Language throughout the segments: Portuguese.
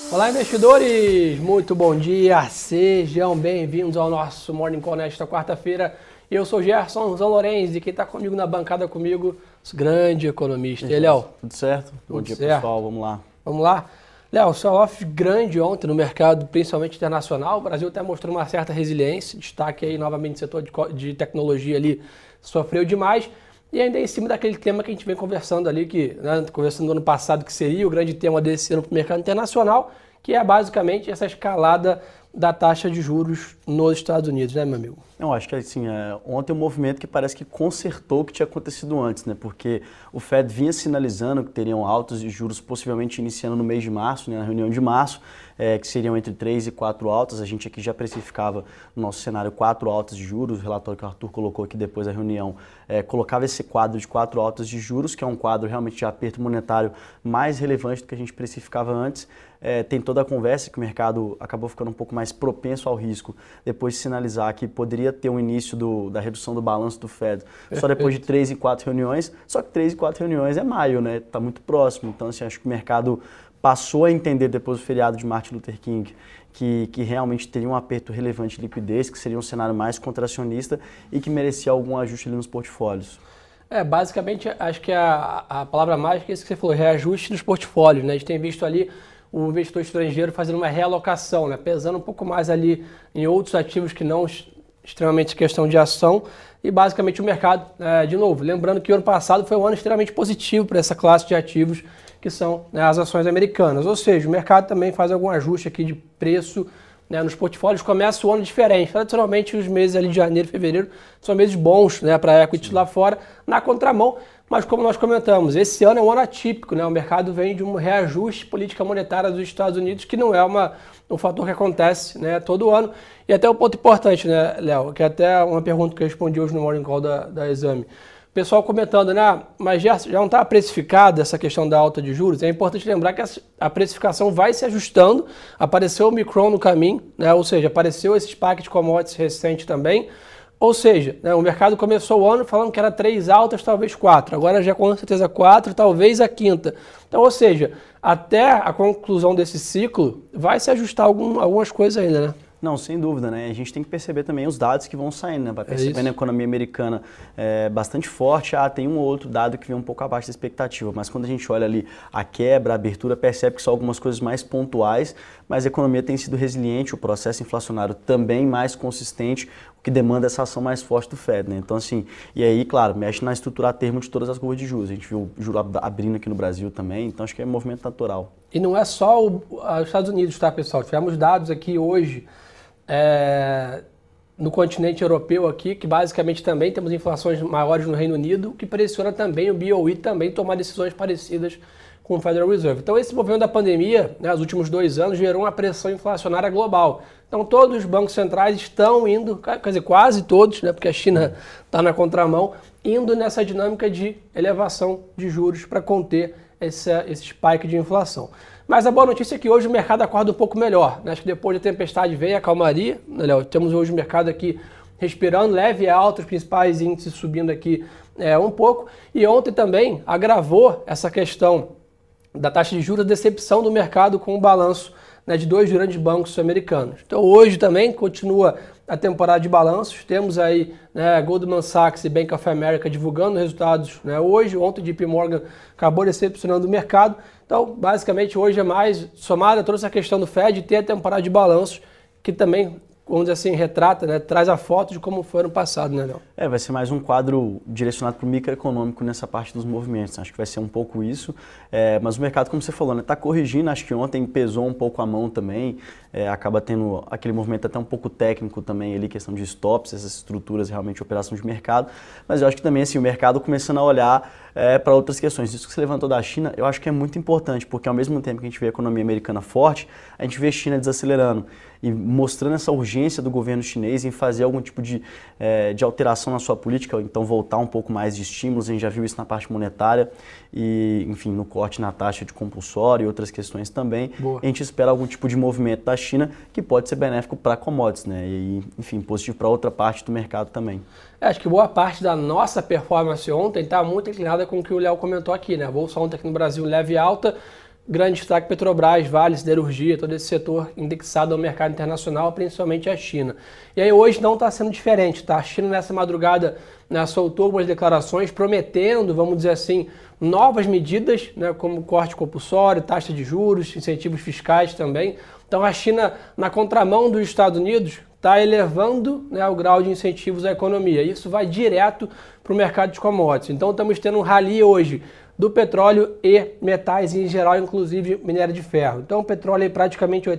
Olá, investidores! Muito bom dia! Sejam bem-vindos ao nosso Morning Call nesta quarta-feira. Eu sou Gerson Zanlorenzi e quem está comigo na bancada comigo, o grande economista. E aí, Léo? Tudo certo? Bom dia, certo. pessoal. Vamos lá. Vamos lá? Léo, sell-off grande ontem no mercado, principalmente internacional. O Brasil até mostrou uma certa resiliência. Destaque aí novamente o setor de tecnologia ali sofreu demais. E ainda em cima daquele tema que a gente vem conversando ali, conversando no ano passado, que seria o grande tema desse ano para o mercado internacional, que é basicamente essa escalada da taxa de juros nos Estados Unidos, né, meu amigo? Eu acho que assim, ontem um movimento que parece que consertou o que tinha acontecido antes, né? Porque o Fed vinha sinalizando que teriam altas de juros possivelmente iniciando no mês de março, né, na reunião de março, que seriam entre 3 e 4 altas. A gente aqui já precificava no nosso cenário 4 altas de juros, o relatório que o Arthur colocou aqui depois da reunião, colocava esse quadro de 4 altas de juros, que é um quadro realmente de aperto monetário mais relevante do que a gente precificava antes. Tem toda a conversa que o mercado acabou ficando um pouco mais propenso ao risco depois de sinalizar que poderia ter um início da redução do balanço do Fed só depois de 3 e 4 reuniões, só que 3 e 4 reuniões é maio, né? Está muito próximo, então assim, acho que o mercado passou a entender depois do feriado de Martin Luther King que realmente teria um aperto relevante de liquidez, que seria um cenário mais contracionista e que merecia algum ajuste ali nos portfólios. Basicamente, acho que a palavra mágica é isso que você falou, reajuste nos portfólios, né? A gente tem visto ali o investidor estrangeiro fazendo uma realocação, né? Pesando um pouco mais ali em outros ativos que não extremamente questão de ação e basicamente o mercado, de novo, lembrando que o ano passado foi um ano extremamente positivo para essa classe de ativos que são, né, as ações americanas, ou seja, o mercado também faz algum ajuste aqui de preço, né, nos portfólios. Começa o ano diferente, tradicionalmente os meses ali de janeiro e fevereiro são meses bons, né, para equity lá fora, na contramão. Mas como nós comentamos, esse ano é um ano atípico, né? O mercado vem de um reajuste política monetária dos Estados Unidos, que não é um fator que acontece, né, todo ano. E até um ponto importante, né, Léo, que é até uma pergunta que eu respondi hoje no Morning Call da Exame. O pessoal comentando, né, mas já não está precificada essa questão da alta de juros. É importante lembrar que a precificação vai se ajustando. Apareceu o Omicron no caminho, né, ou seja, apareceu esse spike de commodities recente também. Ou seja, né, o mercado começou o ano falando que era 3 altas, talvez 4. Agora já com certeza 4, talvez a quinta. Então, ou seja, até a conclusão desse ciclo vai se ajustar algumas coisas ainda, né? Não, sem dúvida, né? A gente tem que perceber também os dados que vão saindo, né? Vai percebendo a economia americana bastante forte. Tem um ou outro dado que vem um pouco abaixo da expectativa, mas quando a gente olha ali a quebra, a abertura, percebe que são algumas coisas mais pontuais, mas a economia tem sido resiliente, o processo inflacionário também mais consistente, o que demanda essa ação mais forte do Fed, né? Então, assim, e aí, claro, mexe na estrutura a termo de todas as curvas de juros. A gente viu o juro abrindo aqui no Brasil também, então acho que é um movimento natural. E não é só os Estados Unidos, tá, pessoal? Tivemos dados aqui hoje no continente europeu aqui, que basicamente também temos inflações maiores no Reino Unido, que pressiona também o BOE também tomar decisões parecidas com o Federal Reserve. Então esse movimento da pandemia, né, nos últimos 2 anos, gerou uma pressão inflacionária global. Então todos os bancos centrais estão indo, quer dizer, quase todos, né, porque a China está na contramão, indo nessa dinâmica de elevação de juros para conter esse spike de inflação. Mas a boa notícia é que hoje o mercado acorda um pouco melhor, né? Acho que depois da tempestade vem a calmaria, né, Léo? Temos hoje o mercado aqui respirando, leve e alto, os principais índices subindo aqui um pouco. E ontem também agravou essa questão da taxa de juros, a decepção do mercado com o balanço, né, de 2 grandes bancos americanos. Então hoje também continua a temporada de balanços, temos aí, né, Goldman Sachs e Bank of America divulgando resultados, né, hoje. Ontem o JP Morgan acabou decepcionando o mercado. Então basicamente hoje é mais somada toda essa questão do Fed ter a temporada de balanços, que também, vamos dizer assim, retrata, né, traz a foto de como foi ano passado, né, Léo? Vai ser mais um quadro direcionado para o microeconômico nessa parte dos movimentos. Acho que vai ser um pouco isso. Mas o mercado, como você falou, né, está corrigindo. Acho que ontem pesou um pouco a mão também. Acaba tendo aquele movimento até um pouco técnico também ali, questão de stops, essas estruturas realmente de operação de mercado. Mas eu acho que também assim, o mercado começando a olhar para outras questões. Isso que você levantou da China, eu acho que é muito importante, porque ao mesmo tempo que a gente vê a economia americana forte, a gente vê a China desacelerando e mostrando essa urgência do governo chinês em fazer algum tipo de alteração na sua política, então voltar um pouco mais de estímulos. A gente já viu isso na parte monetária e, enfim, no corte na taxa de compulsório e outras questões também. Boa. A gente espera algum tipo de movimento da China que pode ser benéfico para commodities, né? E, enfim, positivo para outra parte do mercado também. Acho que boa parte da nossa performance ontem está muito inclinada com o que o Léo comentou aqui, né? A bolsa ontem aqui no Brasil leve e alta, grande destaque Petrobras, Vale, Siderurgia, todo esse setor indexado ao mercado internacional, principalmente a China. E aí hoje não está sendo diferente, tá? A China nessa madrugada, né, soltou algumas declarações prometendo, vamos dizer assim, novas medidas, né, como corte compulsório, taxa de juros, incentivos fiscais também. Então a China, na contramão dos Estados Unidos, está elevando, né, o grau de incentivos à economia. Isso vai direto para o mercado de commodities. Então estamos tendo um rally hoje do petróleo e metais em geral, inclusive minério de ferro. Então o petróleo é praticamente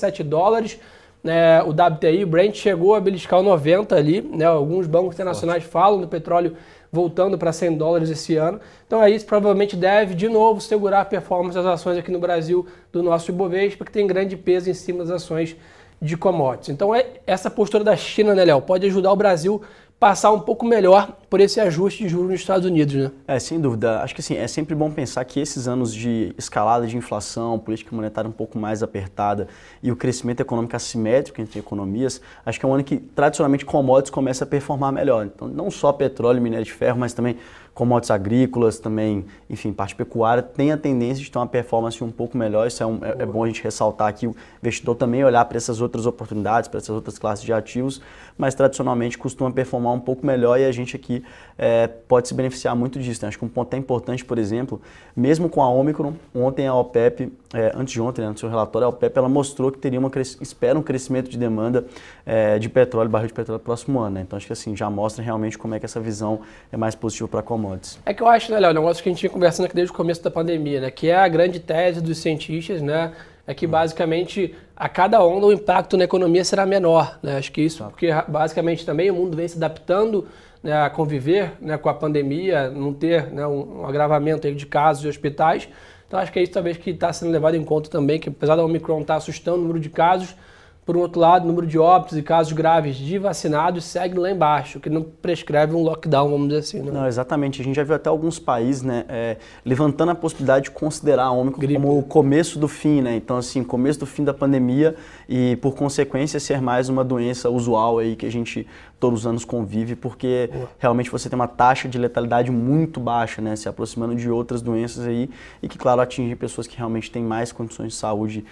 $87, né, o WTI, o Brent chegou a beliscar o 90 ali, né, alguns bancos internacionais falam do petróleo voltando para $100 esse ano. Então isso provavelmente deve de novo segurar a performance das ações aqui no Brasil do nosso Ibovespa, que tem grande peso em cima das ações de commodities. Então essa postura da China, né, Léo, pode ajudar o Brasil passar um pouco melhor por esse ajuste de juros nos Estados Unidos, né? Sem dúvida. Acho que assim, é sempre bom pensar que esses anos de escalada de inflação, política monetária um pouco mais apertada e o crescimento econômico assimétrico entre economias, acho que é um ano que tradicionalmente commodities começa a performar melhor. Então, não só petróleo e minério de ferro, mas também commodities agrícolas, também, enfim, parte pecuária, tem a tendência de ter uma performance um pouco melhor. Isso é bom a gente ressaltar aqui, o investidor também olhar para essas outras oportunidades, para essas outras classes de ativos, mas tradicionalmente costuma performar um pouco melhor e a gente aqui pode se beneficiar muito disso, né? Acho que um ponto importante, por exemplo, mesmo com a Omicron, ontem a OPEP, antes de ontem, né, no seu relatório, a OPEP ela mostrou que teria espera um crescimento de demanda de petróleo, barril de petróleo no próximo ano, né? Então acho que assim, já mostra realmente como é que essa visão é mais positiva para commodities. É que eu acho, né, Léo, o negócio que a gente vinha conversando aqui desde o começo da pandemia, né, que é a grande tese dos cientistas, né, é que basicamente a cada onda o impacto na economia será menor, né? Acho que isso porque basicamente também o mundo vem se adaptando, né, a conviver, né, com a pandemia, não ter, né, um agravamento aí de casos de hospitais. Então acho que é isso talvez que está sendo levado em conta também, que apesar da Omicron estar assustando o número de casos, por um outro lado, o número de óbitos e casos graves de vacinados segue lá embaixo, que não prescreve um lockdown, vamos dizer assim. Né? Não, exatamente. A gente já viu até alguns países, né, levantando a possibilidade de considerar a Omicron como o começo do fim, né? Então, assim, começo do fim da pandemia e, por consequência, ser mais uma doença usual aí que a gente todos os anos convive, porque realmente você tem uma taxa de letalidade muito baixa, né, se aproximando de outras doenças aí e que, claro, atinge pessoas que realmente têm mais condições de saúde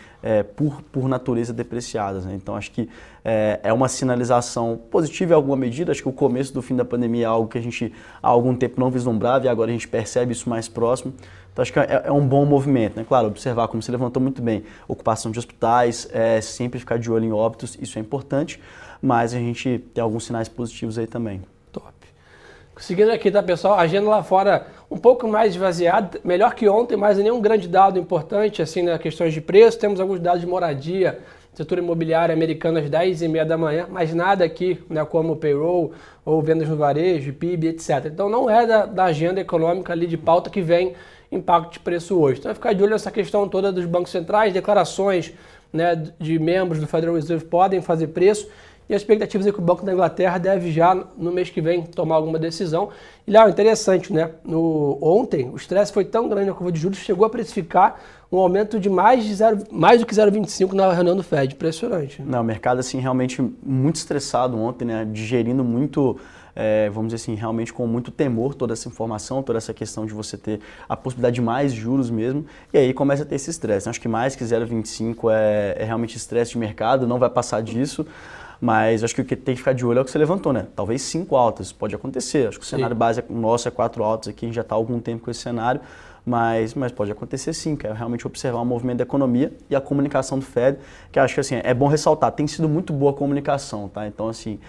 por natureza depreciadas, né? Então, acho que é uma sinalização positiva em alguma medida. Acho que o começo do fim da pandemia é algo que a gente há algum tempo não vislumbrava e agora a gente percebe isso mais próximo. Então, acho que é um bom movimento, né? Claro, observar, como você levantou muito bem, ocupação de hospitais, sempre ficar de olho em óbitos, isso é importante, mas a gente tem alguns sinais positivos aí também. Top. Seguindo aqui, tá, pessoal? A agenda lá fora um pouco mais esvaziada, melhor que ontem, mas nenhum grande dado importante, assim, né, questões de preço. Temos alguns dados de moradia, setor imobiliário americano às 10h30 da manhã, mas nada aqui, né, como payroll ou vendas no varejo, PIB, etc. Então não é da agenda econômica ali de pauta que vem impacto de preço hoje. Então vai ficar de olho nessa questão toda dos bancos centrais, declarações, né, de membros do Federal Reserve podem fazer preço. E as expectativas é que o Banco da Inglaterra deve já no mês que vem tomar alguma decisão. E lá, interessante, né? Ontem o estresse foi tão grande na curva de juros que chegou a precificar um aumento de mais do que 0,25 na reunião do Fed. Impressionante. Não, o mercado assim realmente muito estressado ontem, né? Digerindo muito, vamos dizer assim, realmente com muito temor toda essa informação, toda essa questão de você ter a possibilidade de mais juros mesmo. E aí começa a ter esse estresse. Acho que mais que 0,25 é realmente estresse de mercado, não vai passar disso. Mas acho que o que tem que ficar de olho é o que você levantou, né? Talvez 5 altas, pode acontecer. Acho que o cenário base nosso é 4 altas aqui, a gente já está há algum tempo com esse cenário, mas pode acontecer sim, que é realmente observar o movimento da economia e a comunicação do Fed, que acho que assim, é bom ressaltar, tem sido muito boa a comunicação, tá? Então assim,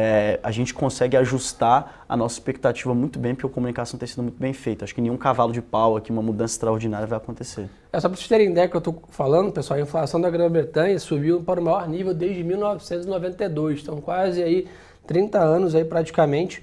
a gente consegue ajustar a nossa expectativa muito bem, porque a comunicação tem sido muito bem feita. Acho que nenhum cavalo de pau aqui, uma mudança extraordinária vai acontecer. Só para vocês terem ideia que eu estou falando, pessoal, a inflação da Grã-Bretanha subiu para o maior nível desde 1992, então quase aí 30 anos aí praticamente,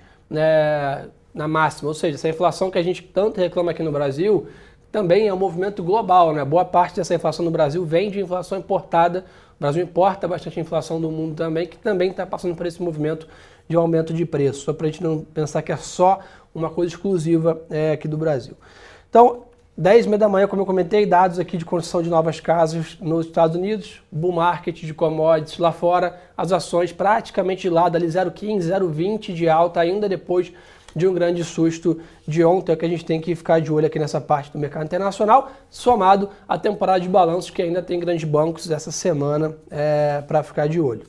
né, na máxima. Ou seja, essa inflação que a gente tanto reclama aqui no Brasil também é um movimento global, né? Boa parte dessa inflação no Brasil vem de inflação importada. O Brasil importa bastante a inflação do mundo também, que também está passando por esse movimento de aumento de preço, só para a gente não pensar que é só uma coisa exclusiva aqui do Brasil. Então, 10h30 da manhã, como eu comentei, dados aqui de construção de novas casas nos Estados Unidos, bull market de commodities lá fora, as ações praticamente de lado, ali 0,15, 0,20 de alta ainda depois de um grande susto de ontem, é que a gente tem que ficar de olho aqui nessa parte do mercado internacional, somado à temporada de balanços, que ainda tem grandes bancos essa semana para ficar de olho.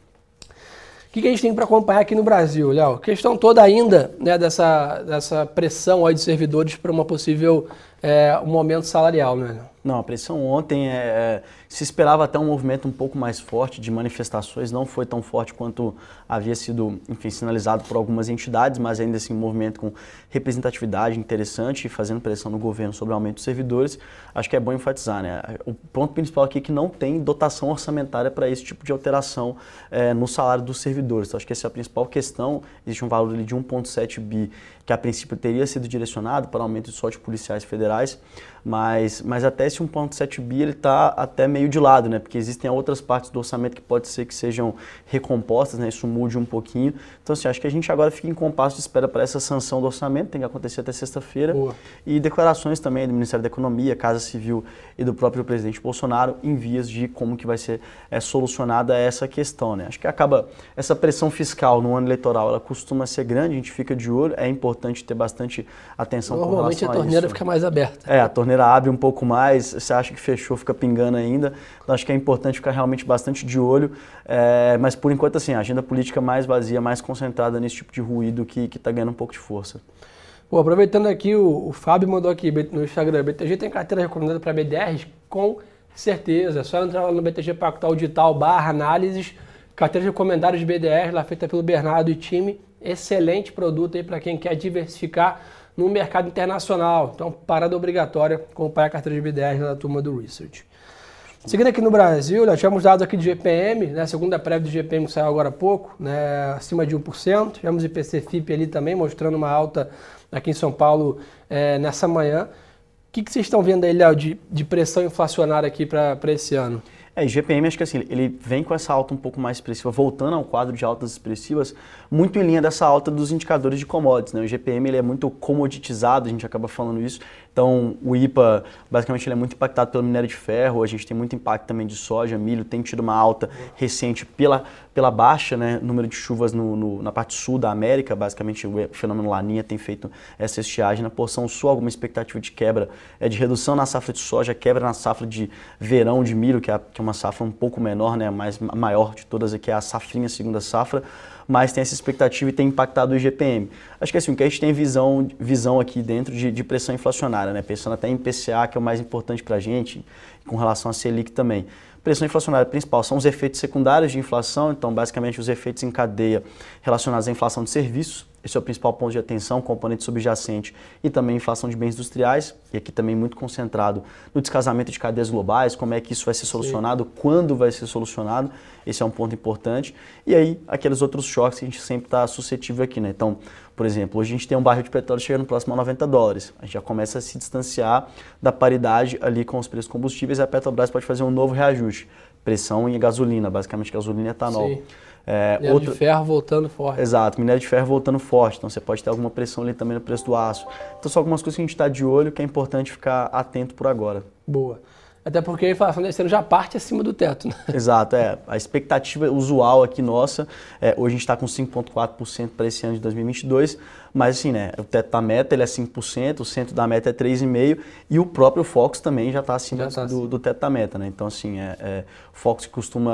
O que a gente tem para acompanhar aqui no Brasil, Léo? A questão toda ainda, né, dessa pressão aí de servidores para uma possível um aumento salarial, né? Não, a pressão ontem se esperava até um movimento um pouco mais forte de manifestações, não foi tão forte quanto havia sido, enfim, sinalizado por algumas entidades, mas ainda assim um movimento com representatividade interessante e fazendo pressão no governo sobre o aumento dos servidores. Acho que é bom enfatizar, né? O ponto principal aqui é que não tem dotação orçamentária para esse tipo de alteração no salário dos servidores. Então, acho que essa é a principal questão. Existe um valor ali de 1,7 bi que a princípio teria sido direcionado para o aumento de só de policiais federais, mas até esse 1,7 bi ele está até meio de lado, né? Porque existem outras partes do orçamento que pode ser que sejam recompostas, né? Isso mude um pouquinho. Então, assim, acho que a gente agora fica em compasso de espera para essa sanção do orçamento, tem que acontecer até sexta-feira. E declarações também do Ministério da Economia, Casa Civil e do próprio presidente Bolsonaro em vias de como que vai ser solucionada essa questão, né? Acho que acaba essa pressão fiscal no ano eleitoral, ela costuma ser grande, a gente fica de olho, é importante ter bastante atenção com relação a isso. Normalmente a torneira fica mais aberta. A torneira abre um pouco mais, você acha que fechou, fica pingando ainda. Então acho que é importante ficar realmente bastante de olho, mas por enquanto assim, a agenda política mais vazia, mais concentrada nesse tipo de ruído que está ganhando um pouco de força. Bom, aproveitando aqui, o Fábio mandou aqui no Instagram, BTG tem carteira recomendada para BDRs? Com certeza, é só entrar lá no BTG Pactual Digital /análises, carteira recomendada de BDRs, lá feita pelo Bernardo e time, excelente produto aí para quem quer diversificar no mercado internacional. Então, parada obrigatória, acompanhar a carteira de BDRs da turma do Research. Seguindo aqui no Brasil, nós tivemos dados aqui de GPM, né, a segunda prévia do GPM que saiu agora há pouco, né, acima de 1%. Tivemos IPC-FIP ali também, mostrando uma alta aqui em São Paulo nessa manhã. O que vocês estão vendo aí, Léo, de pressão inflacionária aqui para esse ano? GPM, acho que assim, ele vem com essa alta um pouco mais expressiva, voltando ao quadro de altas expressivas, muito em linha dessa alta dos indicadores de commodities, né? O GPM ele é muito comoditizado, a gente acaba falando isso, então o IPA, basicamente, ele é muito impactado pelo minério de ferro, a gente tem muito impacto também de soja, milho, tem tido uma alta recente pela baixa, né, número de chuvas na parte sul da América, basicamente o fenômeno Laninha tem feito essa estiagem na porção sul, alguma expectativa de quebra, de redução na safra de soja, quebra na safra de verão de milho, que é uma safra um pouco menor, né, a maior de todas aqui é a safrinha, segunda safra, mas tem essa expectativa e tem impactado o IGPM. Acho que assim, o que a gente tem visão aqui dentro de pressão inflacionária, né, pensando até em IPCA, que é o mais importante para a gente, com relação a Selic também. Pressão inflacionária principal são os efeitos secundários de inflação, então basicamente os efeitos em cadeia relacionados à inflação de serviços, esse é o principal ponto de atenção, componente subjacente e também inflação de bens industriais, e aqui também muito concentrado no descasamento de cadeias globais, como é que isso vai ser solucionado, quando vai ser solucionado, esse é um ponto importante, e aí aqueles outros choques que a gente sempre está suscetível aqui, né? Então, por exemplo, hoje a gente tem um barril de petróleo chegando próximo a $90, a gente já começa a se distanciar da paridade ali com os preços combustíveis e a Petrobras pode fazer um novo reajuste, pressão em gasolina, basicamente gasolina e etanol. Sim. Minério de ferro voltando forte. Exato, minério de ferro voltando forte, então você pode ter alguma pressão ali também no preço do aço. Então são algumas coisas que a gente está de olho que é importante ficar atento por agora. Boa. Até porque a inflação desse ano já parte acima do teto, né? Exato, a expectativa usual aqui nossa, hoje a gente está com 5,4% para esse ano de 2022, mas assim, né, o teto da meta ele é 5%, o centro da meta é 3,5% e o próprio Focus também já está acima do teto da meta, né? Então assim, o Focus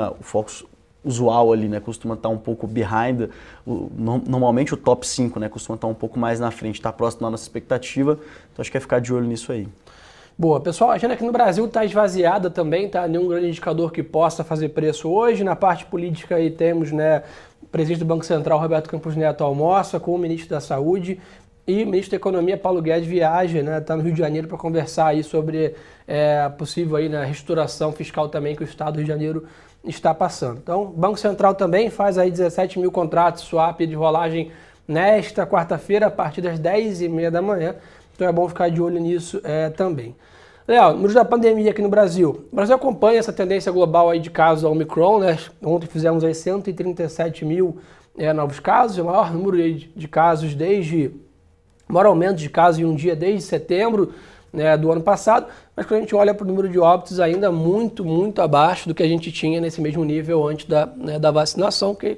usual ali, né, costuma estar um pouco behind, normalmente o top 5, né, costuma estar um pouco mais na frente, está próximo da nossa expectativa, então acho que é ficar de olho nisso aí. Boa, pessoal, a agenda aqui no Brasil está esvaziada também, tá? Nenhum grande indicador que possa fazer preço hoje. Na parte política aí temos, né, o presidente do Banco Central, Roberto Campos Neto, almoça com o ministro da Saúde e o ministro da Economia, Paulo Guedes, viaja, né, tá no Rio de Janeiro para conversar aí sobre a possível aí, né, restauração fiscal também que o Estado do Rio de Janeiro está passando. Então, o Banco Central também faz aí 17 mil contratos swap de rolagem nesta quarta-feira a partir das 10h30 da manhã. Então é bom ficar de olho nisso também. Léo, números da pandemia aqui no Brasil. O Brasil acompanha essa tendência global aí de casos da Omicron, né? Ontem fizemos aí 137 mil novos casos, o maior número de casos maior aumento de casos em um dia desde setembro, né, do ano passado, mas quando a gente olha para o número de óbitos ainda muito, muito abaixo do que a gente tinha nesse mesmo nível antes da vacinação, que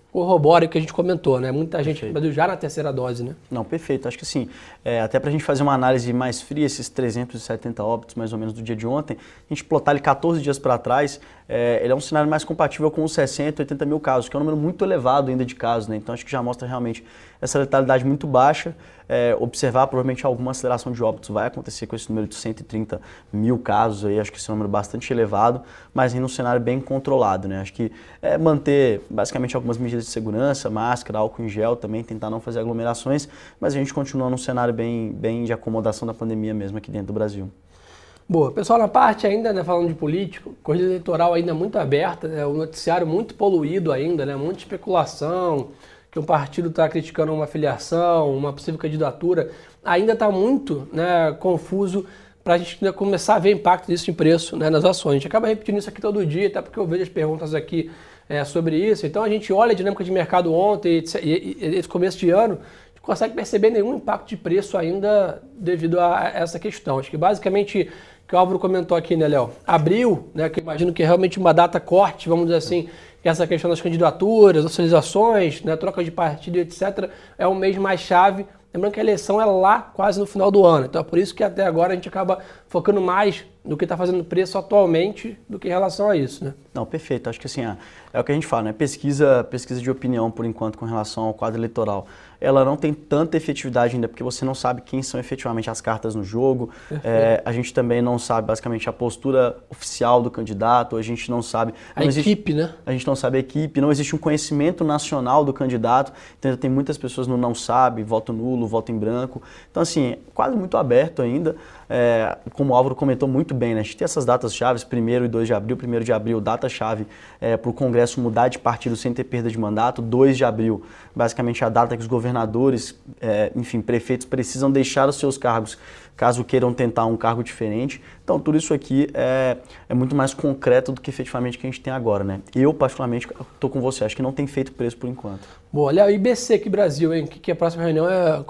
corrobora o que a gente comentou, né? Muita gente no Brasil já na terceira dose, né? Não, perfeito. Acho que sim. Até para a gente fazer uma análise mais fria, esses 370 óbitos mais ou menos do dia de ontem, a gente plotar ele 14 dias para trás, ele é um cenário mais compatível com os 60, 80 mil casos, que é um número muito elevado ainda de casos, né? Então acho que já mostra realmente essa letalidade muito baixa. Observar provavelmente alguma aceleração de óbitos vai acontecer com esse número de 130 mil casos aí, acho que esse é um número bastante elevado, mas ainda um cenário bem controlado, né? Acho que manter basicamente algumas medidas de segurança, máscara, álcool em gel também, tentar não fazer aglomerações, mas a gente continua num cenário bem de acomodação da pandemia mesmo aqui dentro do Brasil. Boa, pessoal, na parte ainda, né, falando de político, corrida eleitoral ainda muito aberta, né, o noticiário muito poluído ainda, né, muita especulação, que um partido está criticando uma filiação, uma possível candidatura, ainda está muito, né, confuso para a gente começar a ver impacto disso em preço, né, nas ações. A gente acaba repetindo isso aqui todo dia, até porque eu vejo as perguntas aqui sobre isso. Então a gente olha a dinâmica de mercado ontem e esse começo de ano, a gente consegue perceber nenhum impacto de preço ainda devido a essa questão. Acho que basicamente, que o Álvaro comentou aqui, né, Léo? Abril, né, que eu imagino que é realmente uma data corte, vamos dizer assim, essa questão das candidaturas, oficializações, né, troca de partido, etc., é um mês mais chave. Lembrando que a eleição é lá quase no final do ano, então é por isso que até agora a gente acaba focando mais no que está fazendo preço atualmente do que em relação a isso, né? Não, perfeito. Acho que assim, é o que a gente fala, né? Pesquisa de opinião, por enquanto, com relação ao quadro eleitoral, ela não tem tanta efetividade ainda, porque você não sabe quem são efetivamente as cartas no jogo. A gente também não sabe, basicamente, a postura oficial do candidato, a gente não sabe... A equipe, né? A gente não sabe a equipe, não existe um conhecimento nacional do candidato, então ainda tem muitas pessoas no não sabe, voto nulo, voto em branco. Então, assim, quase muito aberto ainda. Como o Álvaro comentou muito bem, né? A gente tem essas datas chaves, 1º e 2 de abril. 1º de abril, data-chave para o Congresso mudar de partido sem ter perda de mandato. 2 de abril, basicamente a data que os governadores, enfim, prefeitos precisam deixar os seus cargos caso queiram tentar um cargo diferente. Então, tudo isso aqui é muito mais concreto do que efetivamente que a gente tem agora, né? Eu, particularmente, estou com você, acho que não tem feito preço por enquanto. Bom, olha, IBC aqui Brasil, hein? Que a próxima reunião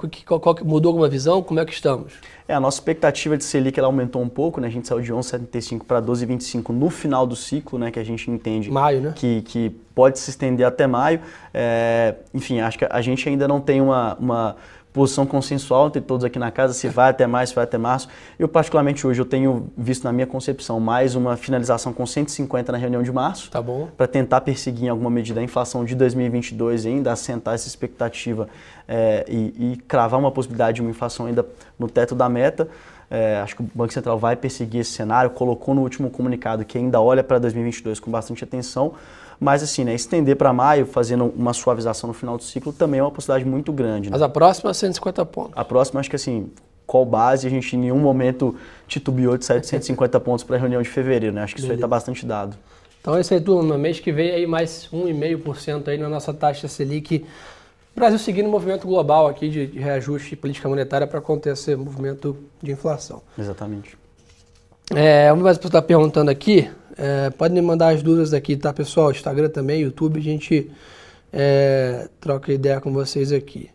mudou alguma visão? Como é que estamos? A nossa expectativa de Selic ela aumentou um pouco, né? A gente saiu de 11,75 para 12,25 no final do ciclo, né? Que a gente entende maio, né? que pode se estender até maio. Enfim, acho que a gente ainda não tem uma posição consensual entre todos aqui na casa, se vai até maio, se vai até março. Eu, particularmente, hoje, eu tenho visto na minha concepção mais uma finalização com 150 na reunião de março. Tá bom. Para tentar perseguir em alguma medida a inflação de 2022 ainda, assentar essa expectativa e cravar uma possibilidade de uma inflação ainda no teto da meta. Acho que o Banco Central vai perseguir esse cenário, colocou no último comunicado que ainda olha para 2022 com bastante atenção, mas assim, né, estender para maio, fazendo uma suavização no final do ciclo, também é uma possibilidade muito grande. Né? Mas a próxima é 150 pontos. A próxima, acho que assim, qual base, a gente em nenhum momento titubeou de 750 pontos para a reunião de fevereiro, né? Acho que isso aí está bastante dado. Então é isso aí, turma. Mês que vem aí mais 1,5% aí na nossa taxa Selic. Brasil seguindo o movimento global aqui de reajuste de política monetária para conter esse movimento de inflação. Exatamente. Vamos mais estar perguntando aqui. Podem me mandar as dúvidas aqui, tá, pessoal? Instagram também, YouTube, a gente troca ideia com vocês aqui.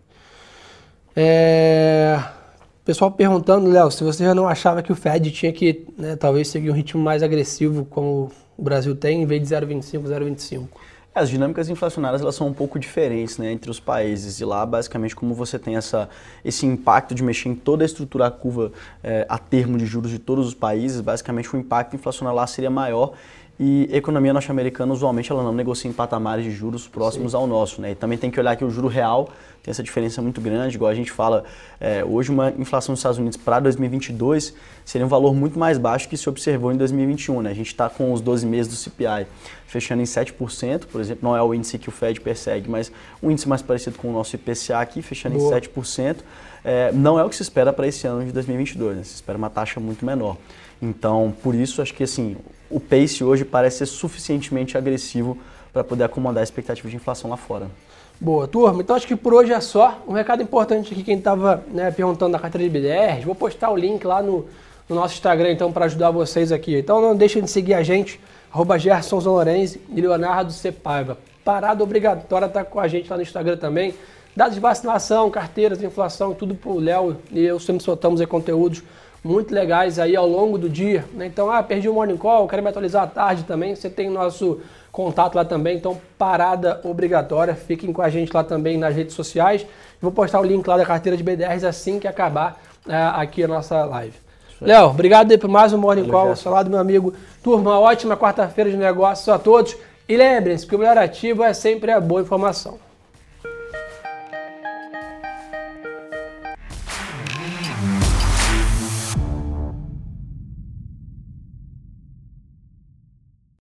Pessoal perguntando, Léo, se você já não achava que o Fed tinha que, né, talvez seguir um ritmo mais agressivo como o Brasil tem, em vez de 0,25, 0,25. As dinâmicas inflacionárias elas são um pouco diferentes, né, entre os países. E lá, basicamente, como você tem esse impacto de mexer em toda a estrutura, a curva a termo de juros de todos os países, basicamente o impacto inflacionário lá seria maior. E a economia norte-americana, usualmente, ela não negocia em patamares de juros próximos ao nosso, né? E também tem que olhar que o juro real tem essa diferença muito grande, igual a gente fala, hoje uma inflação dos Estados Unidos para 2022 seria um valor muito mais baixo que se observou em 2021, né? A gente está com os 12 meses do CPI fechando em 7%, por exemplo, não é o índice que o Fed persegue, mas um índice mais parecido com o nosso IPCA aqui, fechando em 7%, não é o que se espera para esse ano de 2022, né? Se espera uma taxa muito menor. Então, por isso, acho que assim, o pace hoje parece ser suficientemente agressivo para poder acomodar a expectativa de inflação lá fora. Boa, turma. Então, acho que por hoje é só. Um recado importante aqui, quem estava perguntando da carteira de BDRs, vou postar o link lá no nosso Instagram, então, para ajudar vocês aqui. Então, não deixem de seguir a gente, @GersonZanorenzi e Leonardo C. Paiva. Parada obrigatória tá com a gente lá no Instagram também. Dados de vacinação, carteiras, inflação, tudo pro Léo e eu sempre soltamos aí conteúdos muito legais aí ao longo do dia, né? Então, perdi o Morning Call, quero me atualizar à tarde também, você tem o nosso contato lá também, então parada obrigatória, fiquem com a gente lá também nas redes sociais. Vou postar o link lá da carteira de BDRs assim que acabar aqui a nossa live. Léo, obrigado aí por mais um Morning Call ao seu lado, meu amigo. Turma, ótima quarta-feira de negócios a todos. E lembrem-se que o melhor ativo é sempre a boa informação.